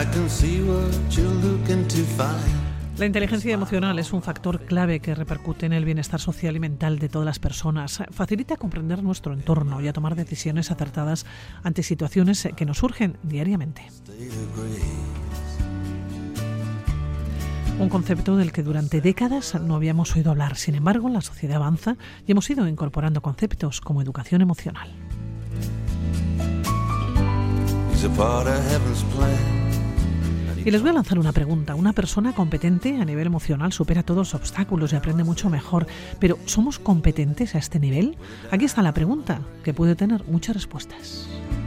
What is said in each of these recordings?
La inteligencia emocional es un factor clave que repercute en el bienestar social y mental de todas las personas. Facilita comprender nuestro entorno y a tomar decisiones acertadas ante situaciones que nos surgen diariamente. Un concepto del que durante décadas no habíamos oído hablar. Sin embargo, la sociedad avanza y hemos ido incorporando conceptos como educación emocional. Y les voy a lanzar una pregunta. Una persona competente a nivel emocional supera todos los obstáculos y aprende mucho mejor. Pero ¿somos competentes a este nivel? Aquí está la pregunta, que puede tener muchas respuestas.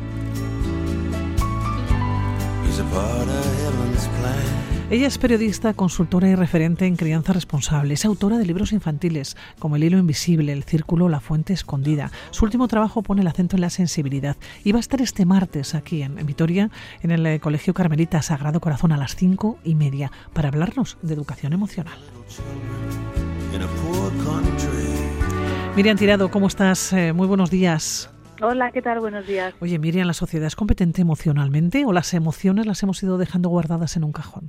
Ella es periodista, consultora y referente en crianza responsable. Es autora de libros infantiles como El hilo invisible, El círculo, La fuente escondida. Su último trabajo pone el acento en la sensibilidad y va a estar este martes aquí en Vitoria, en el Colegio Carmelita Sagrado Corazón a las 5:30 para hablarnos de educación emocional. Miriam Tirado, ¿cómo estás? Muy buenos días. Hola, ¿qué tal? Buenos días. Oye, Miriam, ¿la sociedad es competente emocionalmente o las emociones las hemos ido dejando guardadas en un cajón?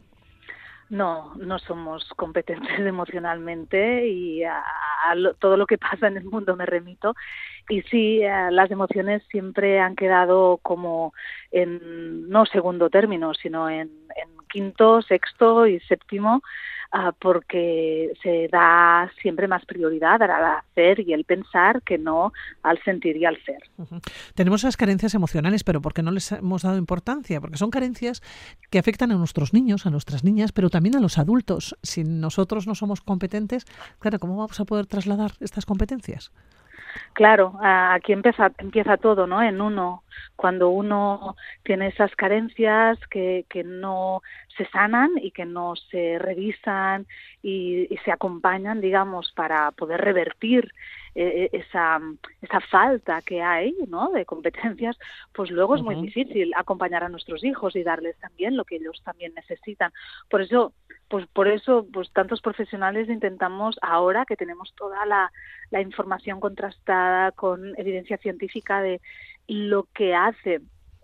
No somos competentes emocionalmente y todo lo que pasa en el mundo me remito. Y sí, las emociones siempre han quedado como en no segundo término, sino en quinto, sexto y séptimo, porque se da siempre más prioridad al hacer y el pensar que no al sentir y al ser. Uh-huh. Tenemos esas carencias emocionales, pero ¿por qué no les hemos dado importancia? Porque son carencias que afectan a nuestros niños, a nuestras niñas, pero también a los adultos. Si nosotros no somos competentes, claro, ¿cómo vamos a poder trasladar estas competencias? Claro, aquí empieza todo, ¿no? En uno. Cuando uno tiene esas carencias que no se sanan y que no se revisan y se acompañan, digamos, para poder revertir esa falta que hay, ¿no?, de competencias, pues luego es muy difícil acompañar a nuestros hijos y darles también lo que ellos también necesitan. Por eso tantos profesionales intentamos, ahora que tenemos toda la información contrastada con evidencia científica de lo que hace,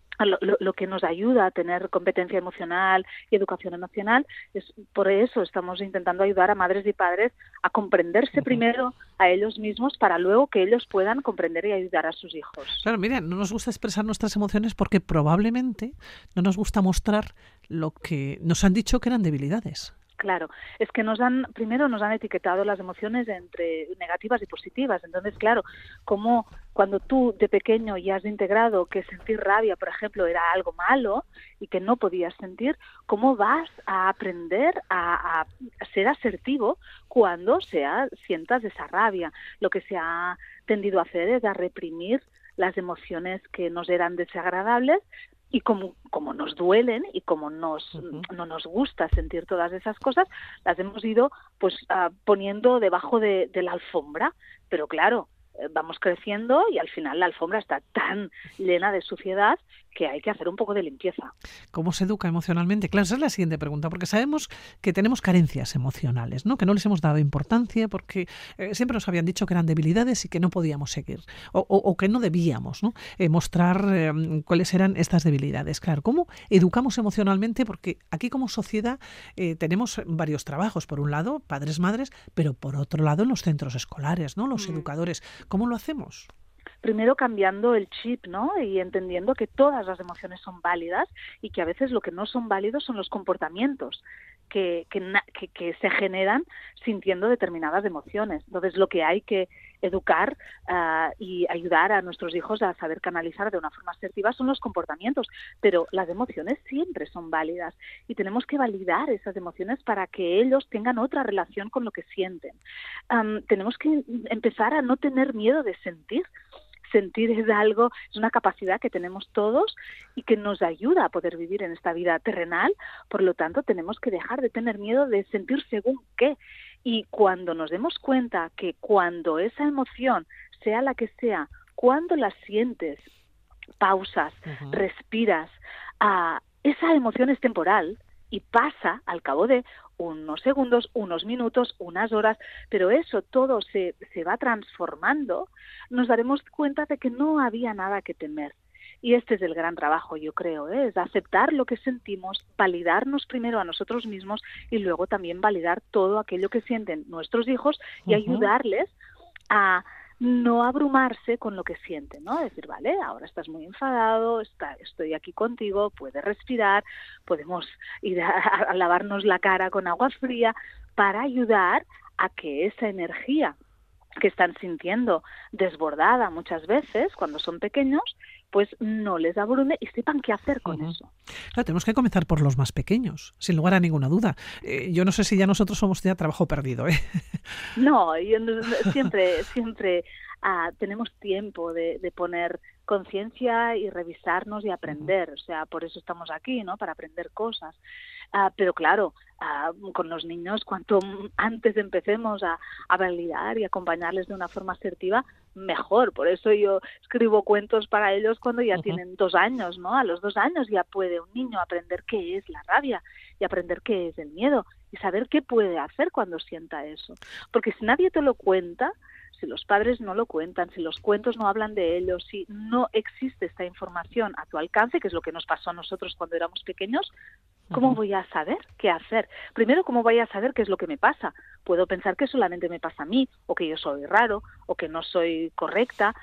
lo que nos ayuda a tener competencia emocional y educación emocional, por eso estamos intentando ayudar a madres y padres a comprenderse primero a ellos mismos para luego que ellos puedan comprender y ayudar a sus hijos. Claro, mira, no nos gusta expresar nuestras emociones porque probablemente no nos gusta mostrar lo que nos han dicho que eran debilidades. Claro, es que primero nos han etiquetado las emociones entre negativas y positivas. Entonces, claro, como cuando tú de pequeño ya has integrado que sentir rabia, por ejemplo, era algo malo y que no podías sentir, ¿cómo vas a aprender a ser asertivo cuando sientas esa rabia? Lo que se ha tendido a hacer es a reprimir las emociones que nos eran desagradables. Y como nos duelen y como no nos gusta sentir todas esas cosas, las hemos ido poniendo debajo de la alfombra. Pero claro, vamos creciendo y al final la alfombra está tan llena de suciedad que hay que hacer un poco de limpieza. ¿Cómo se educa emocionalmente? Claro, esa es la siguiente pregunta, porque sabemos que tenemos carencias emocionales, ¿no? Que no les hemos dado importancia porque siempre nos habían dicho que eran debilidades y que no podíamos seguir, o que no debíamos, ¿no?, mostrar cuáles eran estas debilidades. Claro, ¿cómo educamos emocionalmente? Porque aquí como sociedad tenemos varios trabajos. Por un lado, padres, madres, pero por otro lado en los centros escolares, ¿no?, los educadores. ¿Cómo lo hacemos? Primero cambiando el chip, ¿no?, y entendiendo que todas las emociones son válidas y que a veces lo que no son válidos son los comportamientos que se generan sintiendo determinadas emociones. Entonces, lo que hay que educar y ayudar a nuestros hijos a saber canalizar de una forma asertiva son los comportamientos, pero las emociones siempre son válidas y tenemos que validar esas emociones para que ellos tengan otra relación con lo que sienten. Tenemos que empezar a no tener miedo de sentir. Sentir es una capacidad que tenemos todos y que nos ayuda a poder vivir en esta vida terrenal. Por lo tanto, tenemos que dejar de tener miedo de sentir según qué. Y cuando nos demos cuenta que cuando esa emoción, sea la que sea, cuando la sientes, pausas, respiras, esa emoción es temporal y pasa al cabo de unos segundos, unos minutos, unas horas, pero eso todo se va transformando, nos daremos cuenta de que no había nada que temer, Y este es el gran trabajo, yo creo, es aceptar lo que sentimos, validarnos primero a nosotros mismos y luego también validar todo aquello que sienten nuestros hijos y ayudarles a no abrumarse con lo que sienten, ¿no? Decir, vale, ahora estás muy enfadado, estoy aquí contigo, puedes respirar, podemos ir a lavarnos la cara con agua fría para ayudar a que esa energía que están sintiendo desbordada muchas veces cuando son pequeños, pues no les abrume y sepan qué hacer con eso. Claro, tenemos que comenzar por los más pequeños, sin lugar a ninguna duda. Yo no sé si ya nosotros somos ya trabajo perdido, ¿eh? No, siempre tenemos tiempo de poner conciencia y revisarnos y aprender. O sea, por eso estamos aquí, ¿no? Para aprender cosas. Pero claro, con los niños, cuanto antes empecemos a validar y acompañarles de una forma asertiva, mejor. Por eso yo escribo cuentos para ellos cuando ya tienen 2 años, ¿no? A los 2 años ya puede un niño aprender qué es la rabia y aprender qué es el miedo y saber qué puede hacer cuando sienta eso. Porque si nadie te lo cuenta, si los padres no lo cuentan, si los cuentos no hablan de ello, si no existe esta información a tu alcance, que es lo que nos pasó a nosotros cuando éramos pequeños, ¿cómo voy a saber qué hacer? Primero, ¿cómo voy a saber qué es lo que me pasa? Puedo pensar que solamente me pasa a mí, o que yo soy raro, o que no soy correcta,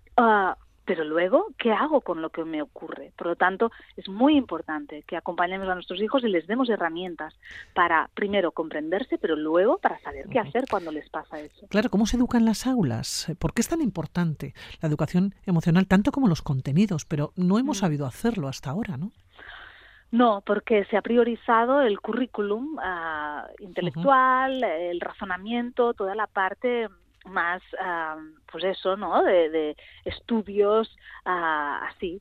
pero luego, ¿qué hago con lo que me ocurre? Por lo tanto, es muy importante que acompañemos a nuestros hijos y les demos herramientas para, primero, comprenderse, pero luego para saber qué hacer cuando les pasa eso. Claro, ¿cómo se educa en las aulas? ¿Por qué es tan importante la educación emocional, tanto como los contenidos? Pero no hemos sabido hacerlo hasta ahora, ¿no? No, porque se ha priorizado el currículum intelectual, el razonamiento, toda la parte más, pues eso, ¿no? De estudios así,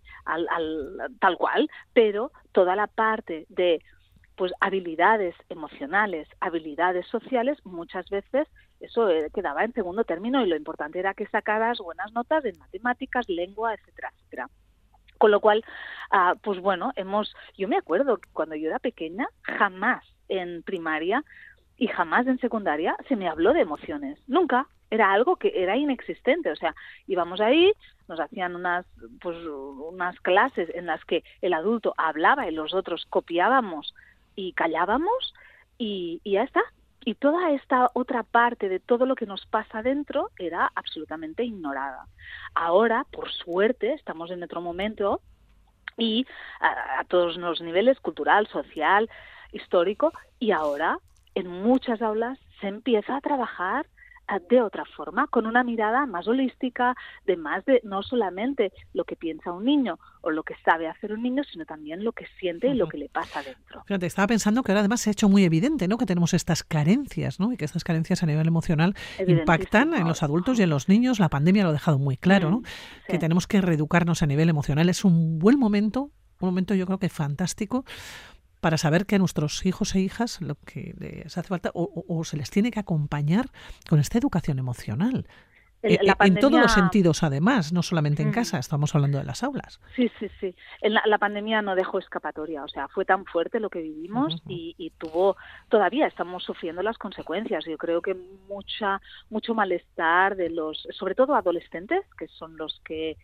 tal cual, pero toda la parte de pues habilidades emocionales, habilidades sociales, muchas veces eso quedaba en segundo término y lo importante era que sacaras buenas notas en matemáticas, lengua, etcétera, etcétera. Con lo cual, pues bueno, yo me acuerdo que cuando yo era pequeña, jamás en primaria y jamás en secundaria se me habló de emociones. Nunca. Era algo que era inexistente. O sea, íbamos ahí, nos hacían unas clases en las que el adulto hablaba y los otros copiábamos y callábamos y ya está. Y toda esta otra parte de todo lo que nos pasa dentro era absolutamente ignorada. Ahora, por suerte, estamos en otro momento y a todos los niveles, cultural, social, histórico, y ahora en muchas aulas se empieza a trabajar de otra forma, con una mirada más holística, de no solamente lo que piensa un niño o lo que sabe hacer un niño, sino también lo que siente y lo que le pasa dentro. Fíjate, estaba pensando que ahora además se ha hecho muy evidente, ¿no? Que tenemos estas carencias, ¿no? Y que estas carencias a nivel emocional impactan en los adultos y en los niños. La pandemia lo ha dejado muy claro, ¿no? Sí. Que tenemos que reeducarnos a nivel emocional. Es un buen momento, yo creo que fantástico, para saber que a nuestros hijos e hijas lo que les hace falta o se les tiene que acompañar con esta educación emocional. En todos los sentidos, además, no solamente en casa, estamos hablando de las aulas. Sí. La pandemia no dejó escapatoria, o sea, fue tan fuerte lo que vivimos y todavía estamos sufriendo las consecuencias. Yo creo que mucho malestar de sobre todo adolescentes, que son los que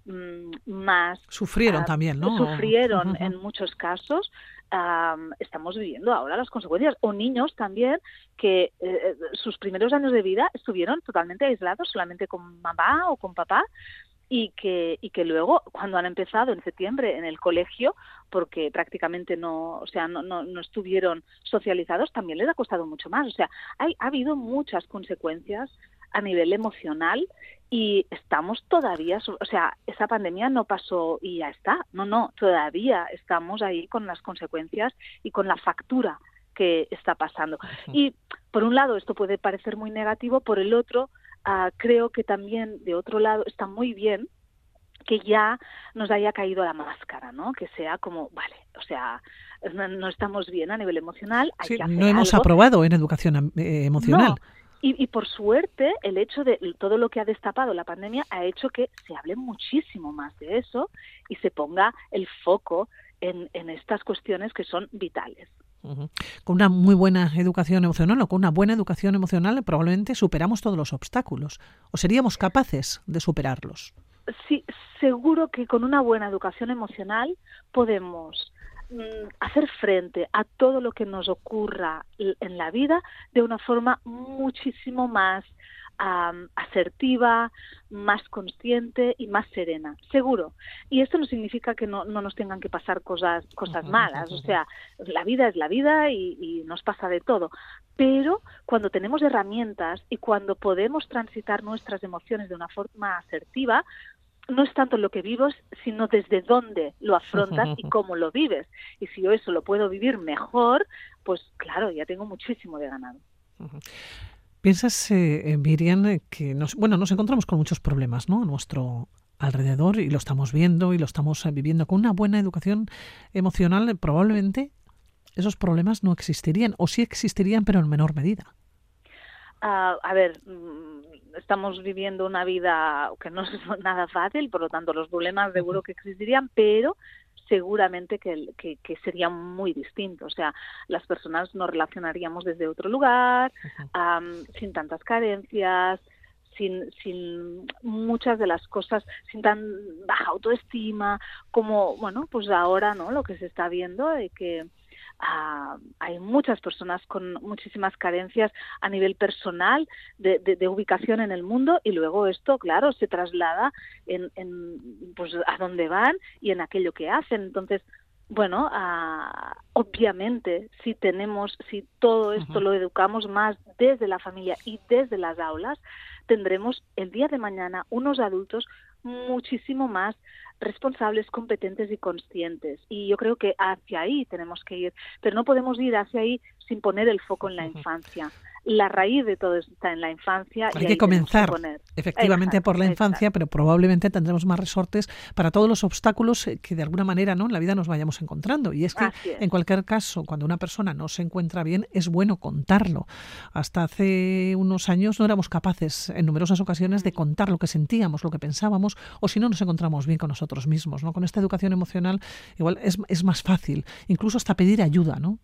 más sufrieron también, ¿no? Sufrieron en muchos casos. Estamos viviendo ahora las consecuencias, o niños también que sus primeros años de vida estuvieron totalmente aislados solamente con mamá o con papá y que luego cuando han empezado en septiembre en el colegio, porque prácticamente no estuvieron socializados, también les ha costado mucho más. O sea, ha habido muchas consecuencias a nivel emocional y estamos todavía, o sea, esa pandemia no pasó y ya está. No, todavía estamos ahí con las consecuencias y con la factura que está pasando. Y por un lado esto puede parecer muy negativo, por el otro creo que también de otro lado está muy bien que ya nos haya caído la máscara, ¿no? Que sea como, vale, o sea, no estamos bien a nivel emocional. Hay que hacer no hemos algo. Aprobado en educación emocional. No. Y por suerte, el hecho de todo lo que ha destapado la pandemia ha hecho que se hable muchísimo más de eso y se ponga el foco en estas cuestiones que son vitales. Con una muy buena educación emocional o con una buena educación emocional probablemente superamos todos los obstáculos o seríamos capaces de superarlos. seguro que con una buena educación emocional podemos hacer frente a todo lo que nos ocurra en la vida de una forma muchísimo más asertiva, más consciente y más serena, seguro. Y esto no significa que no nos tengan que pasar cosas malas, o sea, la vida es la vida y nos pasa de todo. Pero cuando tenemos herramientas y cuando podemos transitar nuestras emociones de una forma asertiva, no es tanto lo que vives, sino desde dónde lo afrontas y cómo lo vives. Y si yo eso lo puedo vivir mejor, pues claro, ya tengo muchísimo de ganado. ¿Piensas, Miriam, que nos encontramos con muchos problemas, ¿no?, a nuestro alrededor, y lo estamos viendo y lo estamos viviendo? Con una buena educación emocional probablemente esos problemas no existirían, o sí existirían, pero en menor medida. A ver, estamos viviendo una vida que no es nada fácil, por lo tanto los problemas seguro que existirían, pero seguramente que sería muy distinto. O sea, las personas nos relacionaríamos desde otro lugar, sin tantas carencias, sin muchas de las cosas, sin tan baja autoestima como, bueno, pues ahora, ¿no?, lo que se está viendo de que hay muchas personas con muchísimas carencias a nivel personal de ubicación en el mundo, y luego esto, claro, se traslada en pues a dónde van y en aquello que hacen. Entonces, bueno, obviamente, si todo esto lo educamos más desde la familia y desde las aulas, tendremos el día de mañana unos adultos muchísimo más responsables, competentes y conscientes. Y yo creo que hacia ahí tenemos que ir, pero no podemos ir hacia ahí sin poner el foco en la infancia. La raíz de todo está en la infancia. Hay que comenzar efectivamente por la infancia, pero probablemente tendremos más resortes para todos los obstáculos que de alguna manera, ¿no?, en la vida nos vayamos encontrando. Y es que en cualquier caso, cuando una persona no se encuentra bien, es bueno contarlo. Hasta hace unos años no éramos capaces en numerosas ocasiones de contar lo que sentíamos, lo que pensábamos, o si no nos encontramos bien con nosotros mismos, ¿no? Con esta educación emocional igual es más fácil, incluso hasta pedir ayuda, ¿no?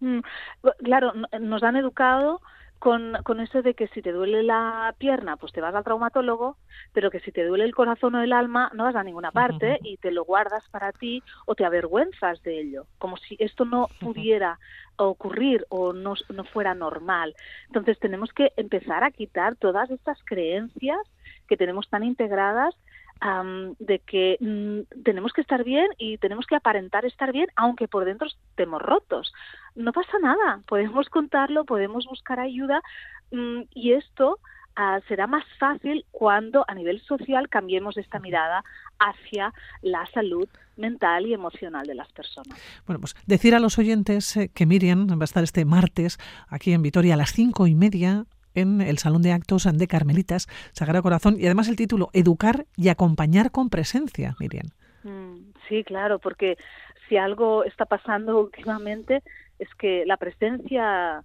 Claro, nos han educado con eso de que si te duele la pierna, pues te vas al traumatólogo, pero que si te duele el corazón o el alma, no vas a ninguna parte y te lo guardas para ti o te avergüenzas de ello, como si esto no pudiera ocurrir o no fuera normal. Entonces tenemos que empezar a quitar todas estas creencias que tenemos tan integradas, de que tenemos que estar bien y tenemos que aparentar estar bien, aunque por dentro estemos rotos. No pasa nada, podemos contarlo, podemos buscar ayuda, y esto será más fácil cuando a nivel social cambiemos esta mirada hacia la salud mental y emocional de las personas. Bueno, pues decir a los oyentes que Miriam va a estar este martes aquí en Vitoria a las 5:30 en el Salón de Actos de Carmelitas, Sagrado Corazón, y además el título, Educar y acompañar con presencia, Miriam. Sí, claro, porque si algo está pasando últimamente es que la presencia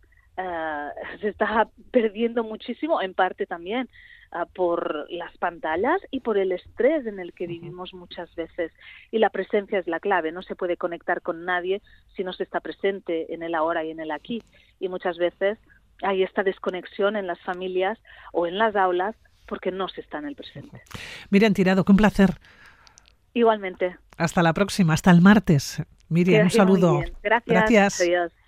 se está perdiendo muchísimo, en parte también por las pantallas y por el estrés en el que vivimos muchas veces. Y la presencia es la clave, no se puede conectar con nadie si no se está presente en el ahora y en el aquí. Y muchas veces hay esta desconexión en las familias o en las aulas porque no se está en el presente. Miriam Tirado, qué un placer. Igualmente. Hasta la próxima, hasta el martes. Miriam, un saludo. Gracias. Gracias. Adiós.